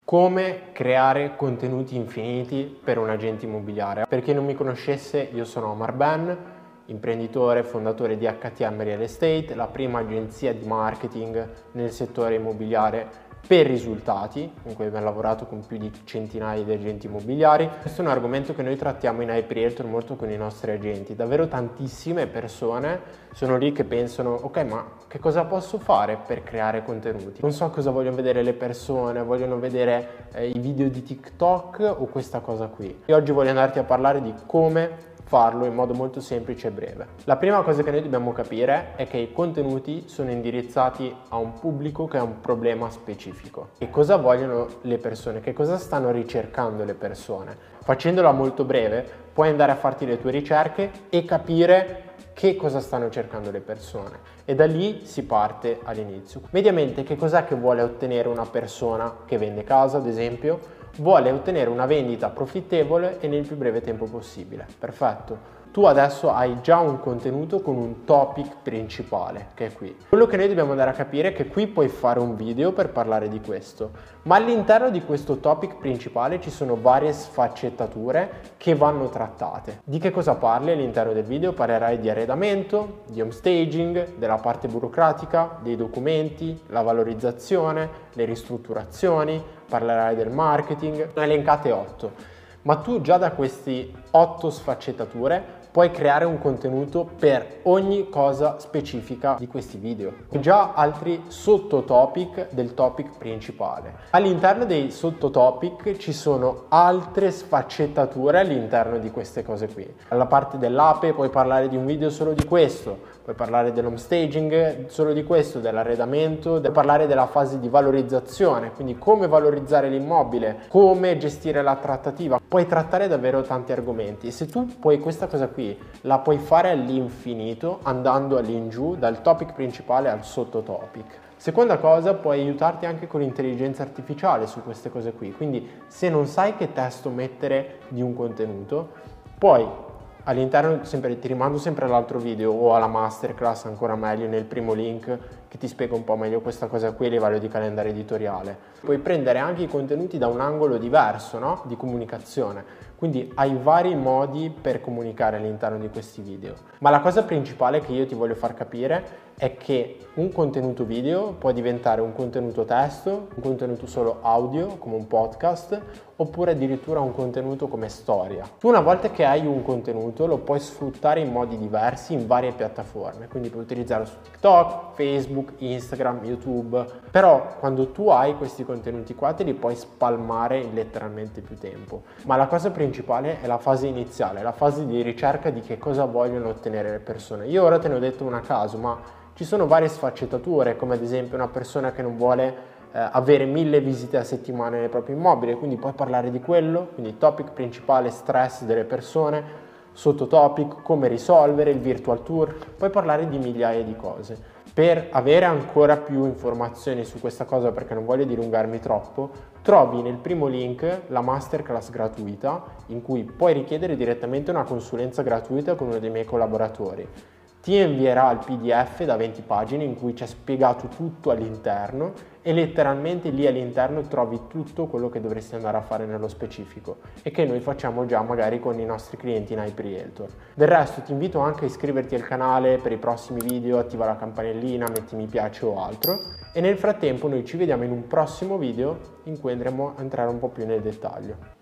Come creare contenuti infiniti per un agente immobiliare. Per chi non mi conoscesse, io sono Omar Ben, imprenditore, fondatore di HTM Real Estate, la prima agenzia di marketing nel settore immobiliare per risultati, in cui abbiamo lavorato con più di centinaia di agenti immobiliari. Questo è un argomento che noi trattiamo in Hype Realtor molto con i nostri agenti. Davvero tantissime persone sono lì che pensano: ok, ma che cosa posso fare per creare contenuti? Non so cosa vogliono vedere le persone, vogliono vedere i video di TikTok o questa cosa qui. E oggi voglio andarti a parlare di come farlo in modo molto semplice e breve. La prima cosa che noi dobbiamo capire è che i contenuti sono indirizzati a un pubblico che ha un problema specifico. Che cosa vogliono le persone? Che cosa stanno ricercando le persone? Facendola molto breve, puoi andare a farti le tue ricerche e capire che cosa stanno cercando le persone, e da lì si parte all'inizio. Mediamente che cos'è che vuole ottenere una persona che vende casa, ad esempio? Vuole ottenere una vendita profittevole e nel più breve tempo possibile. Perfetto. Tu adesso hai già un contenuto con un topic principale, che è qui. Quello che noi dobbiamo andare a capire è che qui puoi fare un video per parlare di questo, ma all'interno di questo topic principale ci sono varie sfaccettature che vanno trattate. Di che cosa parli all'interno del video? Parlerai di arredamento, di home staging, della parte burocratica, dei documenti, la valorizzazione, le ristrutturazioni, parlerai del marketing, ne elencate 8. Ma tu già da questi 8 sfaccettature puoi creare un contenuto per ogni cosa specifica di questi video. E già altri sottotopic del topic principale. All'interno dei sottotopic ci sono altre sfaccettature all'interno di queste cose qui. Alla parte dell'ape puoi parlare di un video solo di questo, puoi parlare dell'home staging solo di questo, dell'arredamento, puoi parlare della fase di valorizzazione, quindi come valorizzare l'immobile, come gestire la trattativa. Puoi trattare davvero tanti argomenti e se tu puoi questa cosa qui la puoi fare all'infinito andando all'ingiù dal topic principale al sottotopic. Seconda cosa, puoi aiutarti anche con l'intelligenza artificiale su queste cose qui, quindi se non sai che testo mettere di un contenuto, puoi all'interno, ti rimando sempre all'altro video o alla masterclass, ancora meglio nel primo link che ti spiega un po' meglio questa cosa qui a livello di calendario editoriale. Puoi prendere anche i contenuti da un angolo diverso, no? Di comunicazione. Quindi hai vari modi per comunicare all'interno di questi video. Ma la cosa principale che io ti voglio far capire è che un contenuto video può diventare un contenuto testo, un contenuto solo audio, come un podcast, oppure addirittura un contenuto come storia. Tu una volta che hai un contenuto lo puoi sfruttare in modi diversi in varie piattaforme, quindi puoi utilizzarlo su TikTok, Facebook, Instagram, YouTube, però quando tu hai questi contenuti qua te li puoi spalmare in letteralmente più tempo. Ma la cosa principale è la fase iniziale, la fase di ricerca di che cosa vogliono ottenere le persone. Io ora te ne ho detto una a caso, ma ci sono varie sfaccettature, come ad esempio una persona che non vuole avere 1000 visite a settimana nel proprio immobile, quindi puoi parlare di quello, quindi topic principale stress delle persone, sottotopic come risolvere il virtual tour, puoi parlare di migliaia di cose. Per avere ancora più informazioni su questa cosa, perché non voglio dilungarmi troppo, trovi nel primo link la masterclass gratuita in cui puoi richiedere direttamente una consulenza gratuita con uno dei miei collaboratori. Ti invierà il PDF da 20 pagine in cui c'è spiegato tutto all'interno e letteralmente lì all'interno trovi tutto quello che dovresti andare a fare nello specifico e che noi facciamo già magari con i nostri clienti in Hype Realtor. Del resto ti invito anche a iscriverti al canale per i prossimi video, attiva la campanellina, metti mi piace o altro, e nel frattempo noi ci vediamo in un prossimo video in cui andremo a entrare un po' più nel dettaglio.